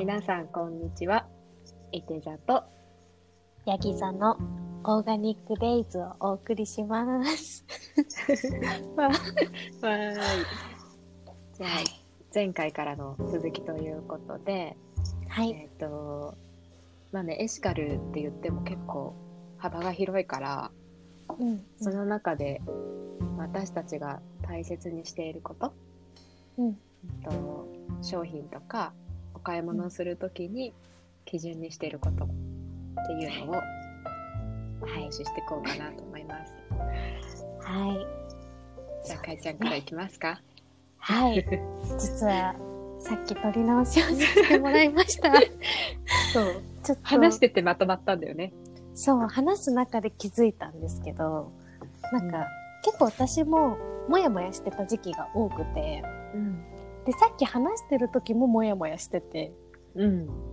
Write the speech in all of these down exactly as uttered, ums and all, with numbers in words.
皆さんこんにちは。いて座とヤギ座のオーガニックデイズをお送りします。 わーい。じゃあ、前回からの続きということで、 はい。 えっと、まあね、エシカルって言っても結構幅が広いから、 うん、 その中で私たちが大切にしていること、 うん、 うんと商品とかお買い物をするときに基準にしていることっていうのをお話ししていこうかなと思います。 はい。 じゃあ、かいちゃんからいきますか。 はい。実はさっき撮り直しをさせてもらいました。 そう。 ちょっと話しててまとまったんだよね。 そう、話す中で気づいたんですけど、なんか、うん、結構私もモヤモヤしてた時期が多くて、うん、で、さっき話してる時もモヤモヤしてて、うん、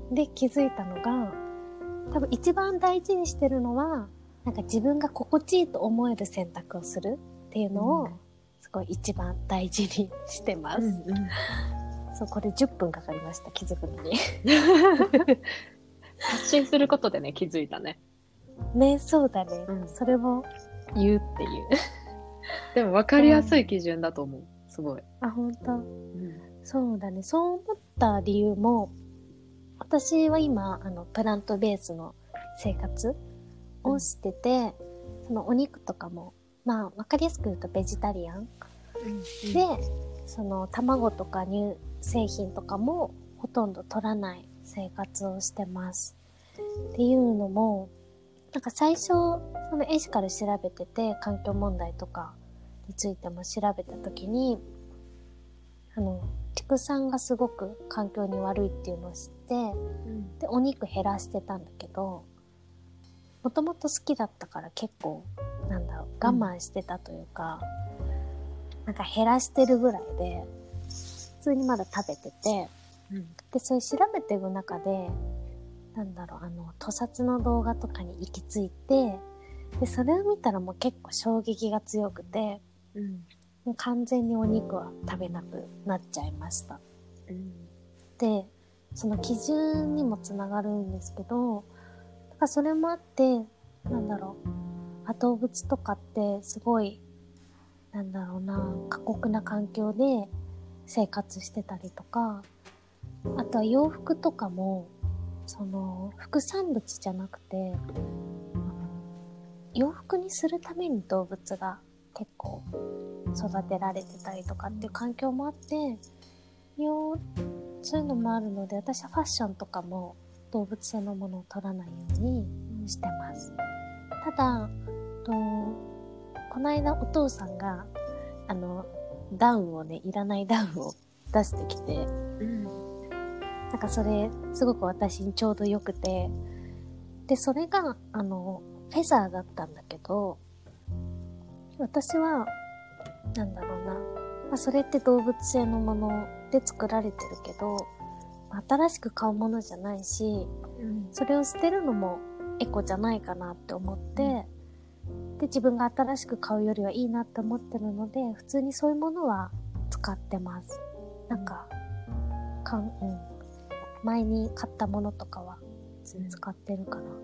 で、気づいたのが、多分一番大事にしてるのは、なんか自分が心地いいと思える選択をするっていうのを、すごい一番大事にしてます。うんうん、そう、これじゅっぷんかかりました、気づくのに。 発信することでね、気づいたね。 ね、そうだね。うん、それを言うっていう。 でも分かりやすい基準だと思う。すごい。 あ、本当、うん。そうだね。そう思った理由も、私は今、あの、プラントベースの生活をしてて、うん、そのお肉とかも、まあ、わかりやすく言うとベジタリアン。うん、で、その卵とか乳製品とかもほとんど取らない生活をしてます。っていうのも、なんか最初、そのエシカル調べてて、環境問題とかについても調べたときに、あの、畜産がすごく環境に悪いっていうのを知って、うん、で、お肉減らしてたんだけど、もともと好きだったから結構、なんだろう、我慢してたというか、うん、なんか減らしてるぐらいで、普通にまだ食べてて、うん、で、それ調べていく中で、なんだろう、あの、屠殺の動画とかに行き着いて、で、それを見たらもう結構衝撃が強くて、うん、もう完全にお肉は食べなくなっちゃいました。うん、で、その基準にもつながるんですけど、だからそれもあって、なんだろう、動物とかってすごい、なんだろうな、過酷な環境で生活してたりとか、あとは洋服とかも、その副産物じゃなくて、洋服にするために動物が結構育てられてたりとかっていう環境もあって、よそういうのもあるので、私はファッションとかも動物性のものを取らないようにしてます。ただ、とこの間お父さんがあのダウンをね、いらないダウンを出してきて、うんなんかそれすごく私にちょうど良くて、でそれがあのフェザーだったんだけど、私はなんだろうな、まあ、それって動物性のもので作られてるけど、新しく買うものじゃないし、うん、それを捨てるのもエコじゃないかなって思って、うん、で自分が新しく買うよりはいいなって思ってるので、普通にそういうものは使ってます。なんかかん、うん前に買ったものとかは使ってるかな、うん、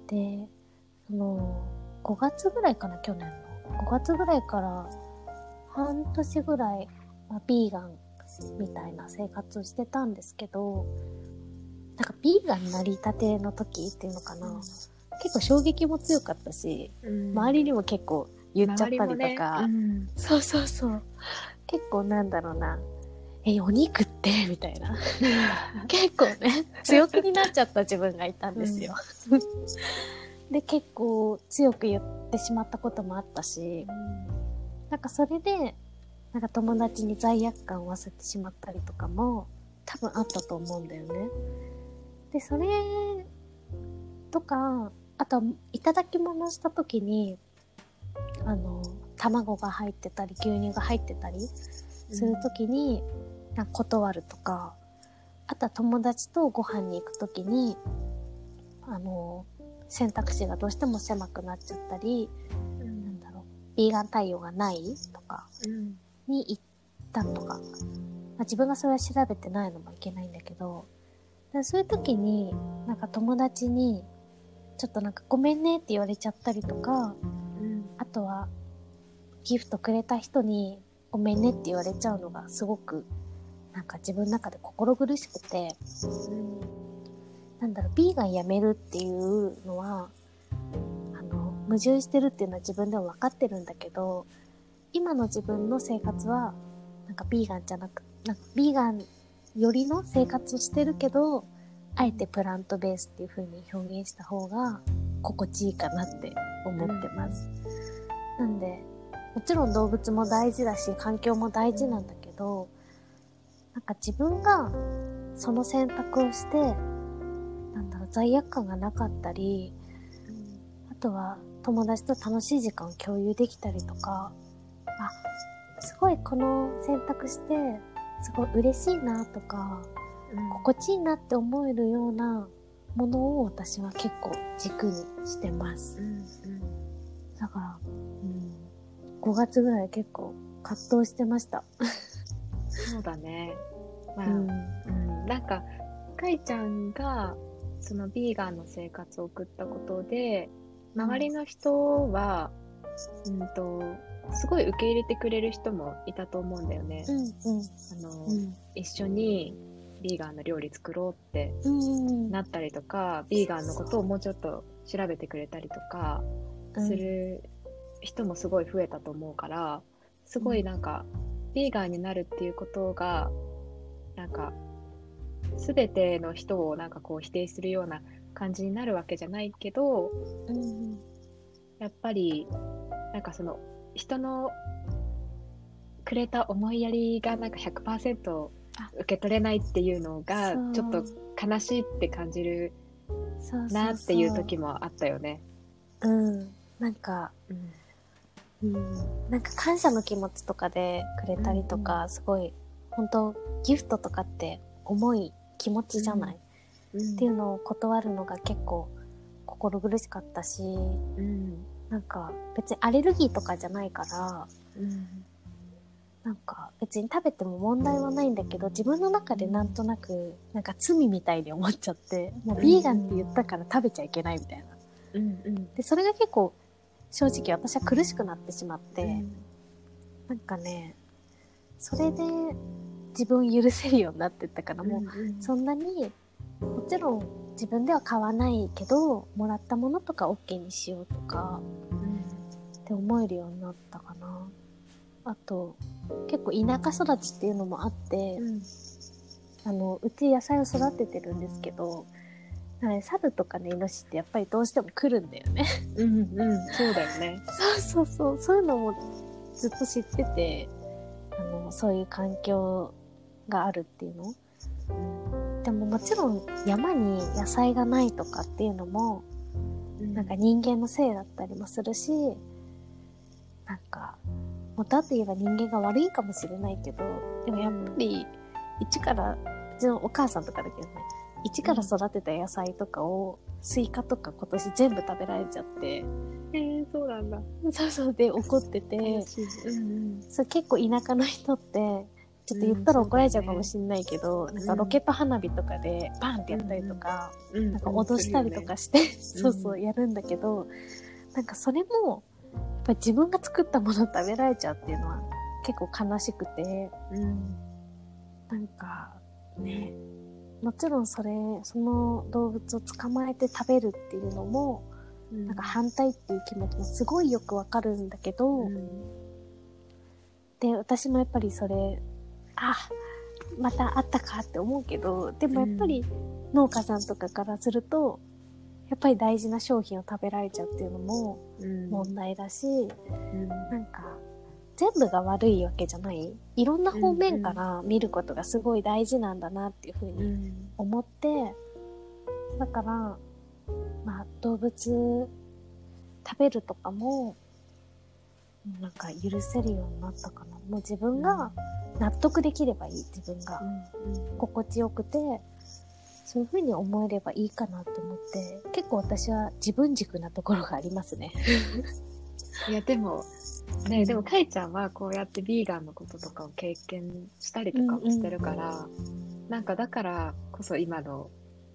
でそのごがつぐらいかな、去年のごがつぐらいから半年ぐらい、まあ、ビーガンみたいな生活をしてたんですけど、なんかビーガンになりたての時っていうのかな、うん、結構衝撃も強かったし、うん、周りにも結構言っちゃったりとか、ねうん、そうそうそう結構なんだろうな、え、お肉ってみたいな結構ね強気になっちゃった自分がいたんですよ、うん、で結構強く言ってしまったこともあったし、うん、なんかそれでなんか友達に罪悪感を負わせてしまったりとかも多分あったと思うんだよね。でそれとか、あとはいただき物した時にあの卵が入ってたり牛乳が入ってたりする時に、うんなんか断るとか、あとは友達とご飯に行くときに、あの、選択肢がどうしても狭くなっちゃったり、うん、なんだろう、ビーガン対応がないとかに行ったとか、まあ、自分がそれは調べてないのもいけないんだけど、 でそういう時になんか友達にちょっとなんかごめんねって言われちゃったりとか、 うん、 あとはギフトくれた人にごめんねって言われちゃうのがすごくなんか自分の中で心苦しくて、 うん、 なんだろう、ビーガンやめるっていうのはあの矛盾してるっていうのは自分でも分かってるんだけど、今の自分の生活はなんかビーガンじゃなく、なんかビーガンよりの生活をしてるけど、あえてプラントベースっていう風に表現した方が心地いいかなって思ってます。うん、なんでもちろん動物も大事だし環境も大事なんだけど、なんか自分がその選択をしてなんだろう、罪悪感がなかったり、うん、あとは友達と楽しい時間を共有できたりとか、あ、すごいこの選択してすごい嬉しいなとか、うん、心地いいなって思えるようなものを私は結構軸にしてます。うんうん、だから、うん、ごがつぐらい結構葛藤してました。 そうだね。まあ、うんうん、なんかかいちゃんがそのビーガンの生活を送ったことで、周りの人は、うん、うんとすごい受け入れてくれる人もいたと思うんだよね。うんうん、あの、うん、一緒にビーガンの料理作ろうってなったりとか、うん、ビーガンのことをもうちょっと調べてくれたりとかする人もすごい増えたと思うから、すごいなんか、うん、ビーガンになるっていうことがなんか全ての人をなんかこう否定するような感じになるわけじゃないけど、うん、やっぱりなんかその人のくれた思いやりがなんか ひゃくパーセント 受け取れないっていうのがちょっと悲しいって感じるなっていう時もあったよね。 うん、なんか、うんうん、なんか感謝の気持ちとかでくれたりとか、うんうん、すごい本当ギフトとかって重い気持ちじゃない、うんうん、っていうのを断るのが結構心苦しかったし、うん、なんか別にアレルギーとかじゃないから、うん、なんか別に食べても問題はないんだけど、自分の中でなんとなくなんか罪みたいに思っちゃって、もうビーガンって言ったから食べちゃいけないみたいな、うんうん、でそれが結構正直私は苦しくなってしまって、うん、なんかねそれで自分を許せるようになってったから、もうそんなにもちろん自分では買わないけどもらったものとか OK にしようとか、うん、って思えるようになったかな。あと結構田舎育ちっていうのもあって、うん、あのうち野菜を育ててるんですけど、猿とかねイノシシってやっぱりどうしても来るんだよね。 うんうんそうだよね。 そうそうそうそういうのもずっと知ってて、あのそういう環境があるっていうの、うん、でももちろん山に野菜がないとかっていうのも、うん、なんか人間のせいだったりもするし、なんかもとあと言えば人間が悪いかもしれないけど、でもやっぱり一からうちのお母さんとかだけどね、一から育てた野菜とかを、うん、スイカとか今年全部食べられちゃって、 えー、そうなんだ。 そうそうで怒ってて、うんうん、それ結構田舎の人ってちょっと言ったら怒られちゃうかもしれないけど、うん、なんかロケット花火とかでバンってやったりとか、うん、なんか脅したりとかして、うん、そうそうやるんだけど、なんかそれもやっぱり自分が作ったもの食べられちゃうっていうのは結構悲しくて、うん、なんかね、もちろんそれその動物を捕まえて食べるっていうのも、うん、なんか反対っていう気持ちもすごいよくわかるんだけど、うん、で私もやっぱりそれあまたあったかって思うけど、でもやっぱり農家さんとかからするとやっぱり大事な商品を食べられちゃうっていうのも問題だし、うん、なんか全部が悪いわけじゃない、いろんな方面から見ることがすごい大事なんだなっていうふうに思って、うん、だからまあ動物食べるとかもなんか許せるようになったかな。もう自分が納得できればいい、自分が、うんうん、心地よくてそういう風に思えればいいかなと思って、結構私は自分軸なところがありますね。 いやでもね、うん、でもかいちゃんはこうやってビーガンのこととかを経験したりとかもしてるから、うんうん、なんかだからこそ今の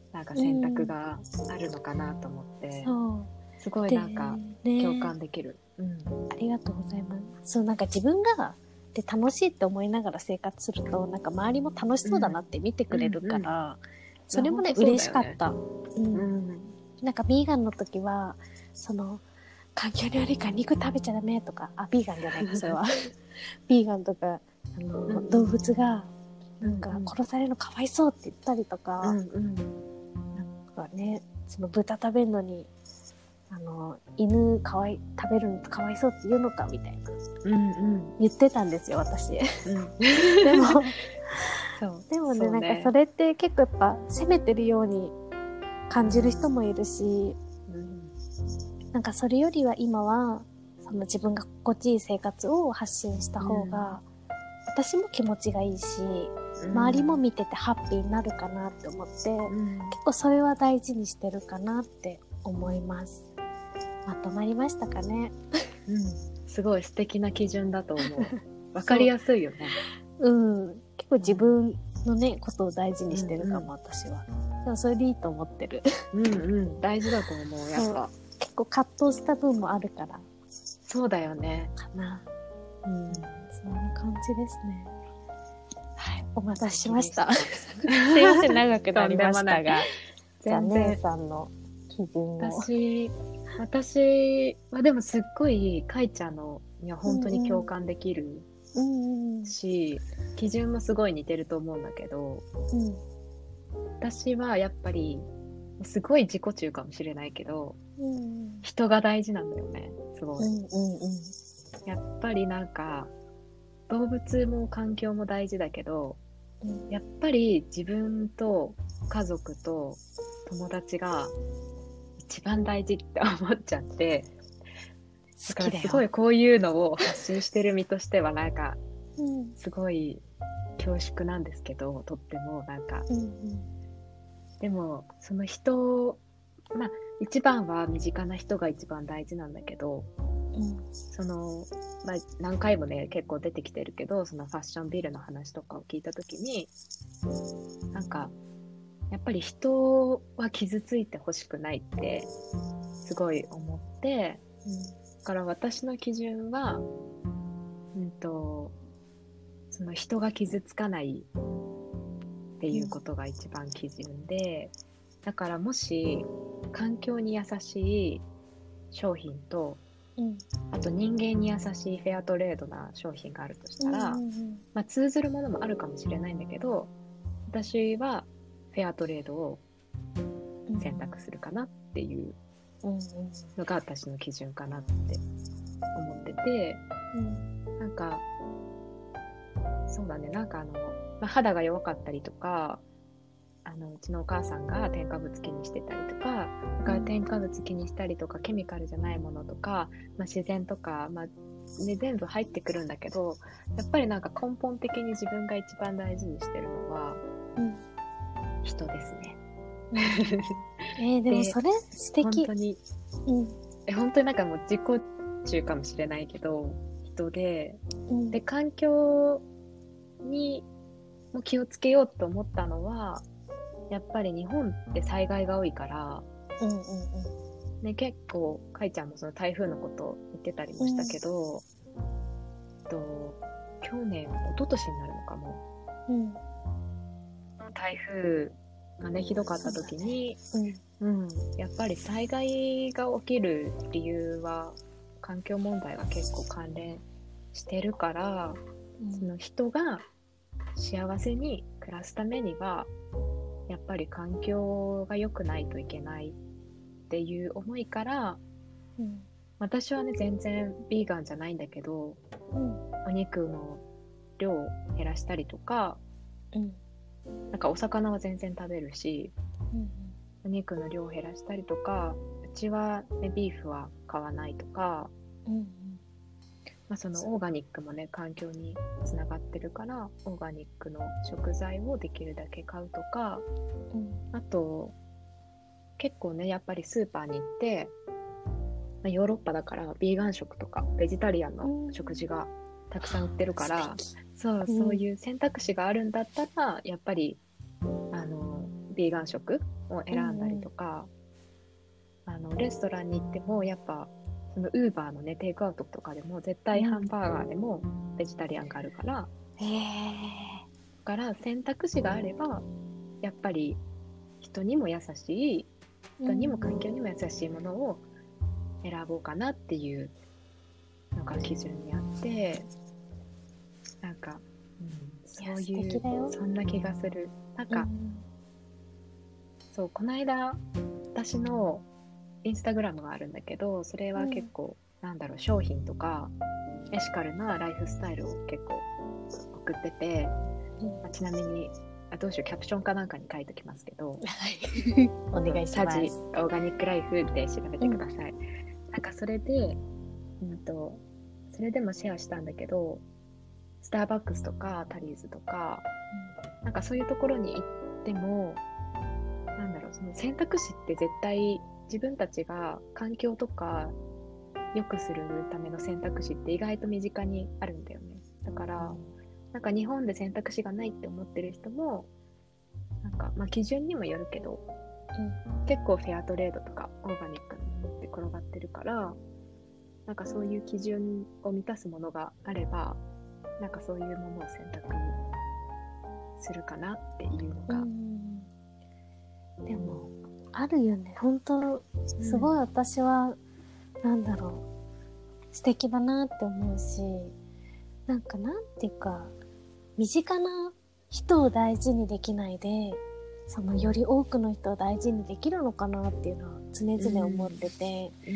なんか選択があるのかなと思って、 うん、そうすごいなんか共感できる、ね、うん、 ありがとうございます。そうなんか自分がで楽しいって思いながら生活するとなんか周りも楽しそうだなって見てくれるから、うんうん、それもね嬉しかった、うんうん、なんかビーガンの時はその環境に悪いから肉食べちゃダメとか、あビーガンじゃないかそれはビーガンとかあの、うん、動物がなんか殺されるのかわいそうって言ったりとか、うんうん、なんかねその豚食べるのにあの犬かわい食べるのかわいそうって言うのかみたいな、うんうん、言ってたんですよ私、うん、でもそうでも ね, ねなんかそれって結構やっぱ責めてるように感じる人もいるし、うん、なんかそれよりは今はその自分が心地いい生活を発信した方が、うん、私も気持ちがいいし、うん、周りも見ててハッピーになるかなって思って、うん、結構それは大事にしてるかなって思います。まとまりましたかね、 うん、すごい素敵な基準だと思う。わかりやすいよね。 う、うん、結構自分のねことを大事にしてるかも、うんうん、私は。でもそれでいいと思ってる。 うんうん大事だと思うやっぱ。 結構葛藤した分もあるから。 そうだよね。 かな。うん、そんな感じですね。はい、お待たせしました。すいません長くなりましたが、じゃあ姉さんの基準を。 私私はでもすっごいかいちゃんのには本当に共感できるし、うんうん、基準もすごい似てると思うんだけど、うん、私はやっぱりすごい自己中かもしれないけど、うんうん、人が大事なんだよねすごい、うんうんうん、やっぱりなんか動物も環境も大事だけど、うん、やっぱり自分と家族と友達が一番大事って思っちゃって、だからすごいこういうのを発信してる身としてはなんかすごい恐縮なんですけど、とってもなんか、うんうん、でもその人、まあ一番は身近な人が一番大事なんだけど、うん、その、まあ、何回もね結構出てきてるけど、そのファッションビルの話とかを聞いたときになんかやっぱり人は傷ついてほしくないってすごい思って、うん、だから私の基準は、うんと、その人が傷つかないっていうことが一番基準で、だからもし環境に優しい商品と、うん、あと人間に優しいフェアトレードな商品があるとしたら、うんうんうん、まあ、通ずるものもあるかもしれないんだけど、私はフェアトレードを選択するかなっていうのが私の基準かなって思ってて、うん、なんかそうだね、なんかあの、まあ、肌が弱かったりとか、あのうちのお母さんが添加物気にしてたりとか、だから添加物気にしたりとか、ケミカルじゃないものとか、まあ、自然とか、まあね、全部入ってくるんだけど、やっぱりなんか根本的に自分が一番大事にしてるのは、うん、人ですね。 えー、でもそれ素敵。 本当に、うん、え本当になんかもう自己中かもしれないけど、人で、うん、で環境にも気をつけようと思ったのは、やっぱり日本って災害が多いから、うんうんうんね、結構かいちゃんもその台風のこと言ってたりもしたけど、うん、と去年一昨年になるのかも、うん、台風がねひどかった時に、うんうん、やっぱり災害が起きる理由は環境問題が結構関連してるから、うん、その人が幸せに暮らすためにはやっぱり環境が良くないといけないっていう思いから、うん、私はね全然ビーガンじゃないんだけど、うん、お肉の量を減らしたりとか、うん、なんかお魚は全然食べるし、うん、お肉の量を減らしたりとか、うちは、ね、ビーフは買わないとか、うんまあ、そのオーガニックもね環境につながってるから、オーガニックの食材をできるだけ買うとか、うん、あと結構ねやっぱりスーパーに行って、まあ、ヨーロッパだからビーガン食とかベジタリアンの食事がたくさん売ってるから、うん、そう、そういう選択肢があるんだったらやっぱりあのビーガン食を選んだりとか、うんうん、あのレストランに行ってもやっぱそのウーバーのねテイクアウトとかでも絶対ハンバーガーでもベジタリアンがあるから、 へえ。 だから選択肢があればやっぱり人にも優しい、人にも環境にも優しいものを選ぼうかなっていうのが基準にあって、なんか、うん、そういうそんな気がする。なんか、うん、そうこの間私のインスタグラムがあるんだけど、それは結構、うん、なんだろう商品とかエシカルなライフスタイルを結構送ってて、うん、まあ、ちなみにあどうしようキャプションかなんかに書いておきますけどお願いします。 サジオーガニックライフで調べてください、うん、なんかそれで、うんと、それでもシェアしたんだけど、スターバックスとかタリーズとか、うん、なんかそういうところに行ってもなんだろうその選択肢って絶対自分たちが環境とか良くするための選択肢って意外と身近にあるんだよね。だから、うん、なんか日本で選択肢がないって思ってる人もなんか、まあ、基準にもよるけど、うん、結構フェアトレードとかオーガニックなものって転がってるから、なんかそういう基準を満たすものがあればなんかそういうものを選択するかなっていうのが、うん、 でもあるよね。本当すごい私は、うん、なんだろう素敵だなって思うし、なんかなんていうか身近な人を大事にできないでそのより多くの人を大事にできるのかなっていうのは常々思ってて、うんうん、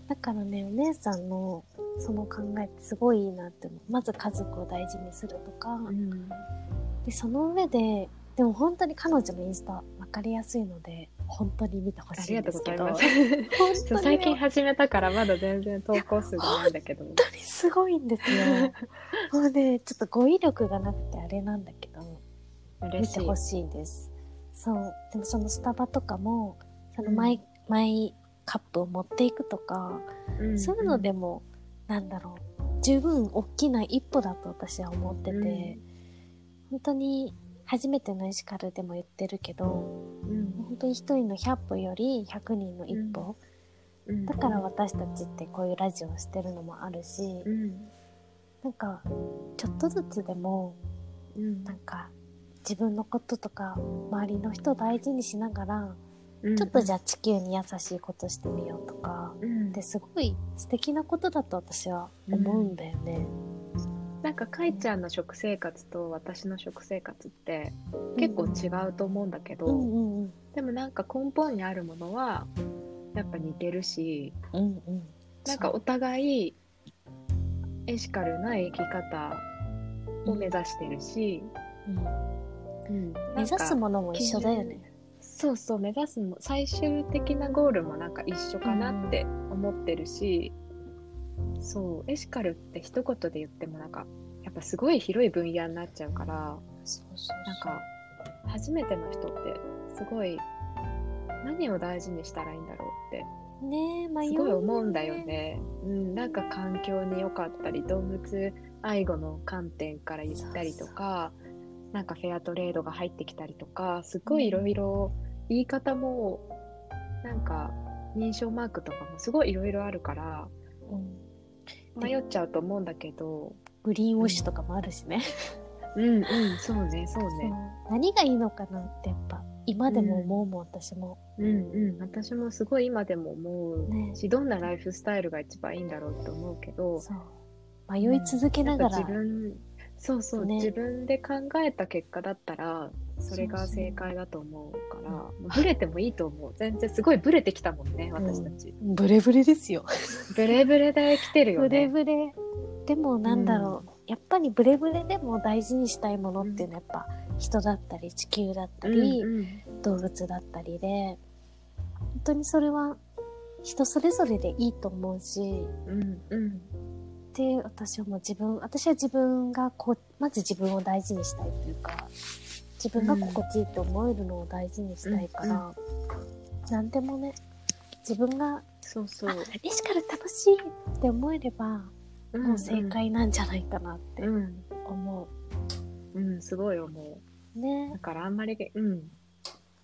だからねお姉さんのその考えってすごいいいなって思う。まず家族を大事にするとか、うん、でその上ででも本当に彼女のインスタ分かりやすいので本当に見てほしいんですけど、ありがとうございます本当最近始めたからまだ全然投稿数がないんだけど本当にすごいんですよもうねちょっと語彙力がなくてあれなんだけど見てほしいです。そうでもそのスタバとかもそのマイ、うん、マイカップを持っていくとか、うんうん、そういうのでもなんだろう十分大きな一歩だと私は思ってて、うん、本当に初めてのエシカルでも言ってるけど、うん、本当に一人のひゃっぽよりひゃくにんの一歩、うん、だから私たちってこういうラジオをしてるのもあるし、うん、なんかちょっとずつでも、うん、なんか自分のこととか周りの人を大事にしながら、うん、ちょっとじゃあ地球に優しいことしてみようとか、うん、ですごい素敵なことだと私は思うんだよね、 うん、なんかかいちゃんの食生活と私の食生活って結構違うと思うんだけど、うんうんうん、でもなんか根本にあるものはやっぱ似てるし、うんうん、なんかお互いエシカルな生き方を目指してるし、うんうんうん、目指すものも一緒だよね。 そうそう目指すも最終的なゴールもなんか一緒かなって思ってるし、うん、そうエシカルって一言で言ってもなんかやっぱすごい広い分野になっちゃうから、そうそうそうなんか初めての人ってすごい何を大事にしたらいいんだろうってねえ、 すごい思うんだよね。うん、なんか環境に良かったり動物愛護の観点から言ったりとか。そうそうなんかフェアトレードが入ってきたりとかすごいいろいろ言い方もなんか認証マークとかもすごいいろいろあるから、うん、迷っちゃうと思うんだけどグリーンウォッシュとかもあるしね、 うん、うんうんそうねそうねそう何がいいのかなってやっぱ今でも思うもん、うん、私もうんうん私もすごい今でも思うし、ね、どんなライフスタイルが一番いいんだろうと思うけどそう迷い続けながら、 うん、自分そうそう、ね、自分で考えた結果だったらそれが正解だと思うからそうそう、ブレてもいいと思う。全然すごいブレてきたもんね、私たち、 うん、ブレブレですよブレブレで来てるよね。 ブレブレでもなんだろう、うん、やっぱりブレブレでも大事にしたいものっていうのはやっぱ人だったり地球だったり、うんうん、動物だったりで本当にそれは人それぞれでいいと思うし、うんうんで私はもう自分私は自分がこうまず自分を大事にしたいというか自分が心地いいと思えるのを大事にしたいから、うんうん、何でもね自分がそうそうエシカル楽しいって思えれば、うんうん、もう正解なんじゃないかなって思う、うん、うん、すごい思うね。だからあんまりうん考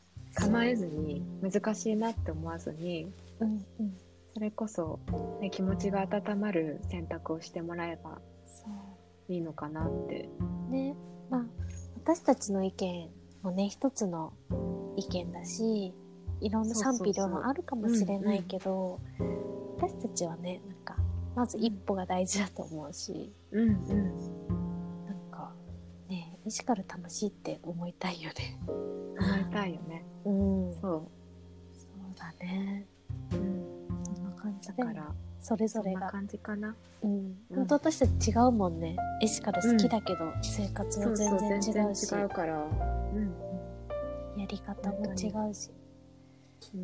構えずに、難しいなって思わずに、 うんうん。 それこそ、ね、気持ちが温まる選択をしてもらえばそういいのかなってね。まあ私たちの意見もね一つの意見だし、いろんな賛否両論あるかもしれないけど、私たちはねなんかまず一歩が大事だと思うし、 うんうん、 なんかねエシカル楽しいって思いたいよね。 思いたいよね。 うん、 そうそうだね。 うん、 そんな感じでだからそれぞれがそんな感じかな。 うん、本当私たち違うもんね。エシカル好きだけど、うん、生活は全然違うし、 そうそう全然違うから、うん、 やり方も違うし、 うん、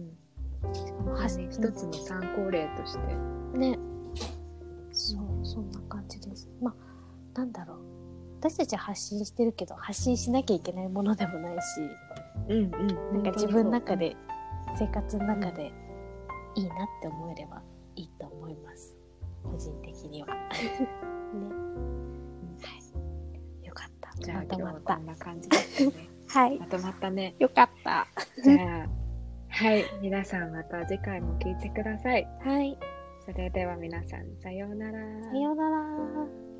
しかもはね、一つの参考例としてね、そうそんな感じです。まあなんだろう、私たちは発信してるけど発信しなきゃいけないものでもないし、 うんうん、 なんか自分の中で、生活の中でいいなって思えればいいと思います。個人的には。ね、はい。よかった。 じゃあまとまった。 今日はこんな感じですね。 はい。 まとまったね。 よかった。 じゃあ、はい。皆さんまた次回も聞いてください。 はい。 それでは皆さん、さようなら。 さようなら。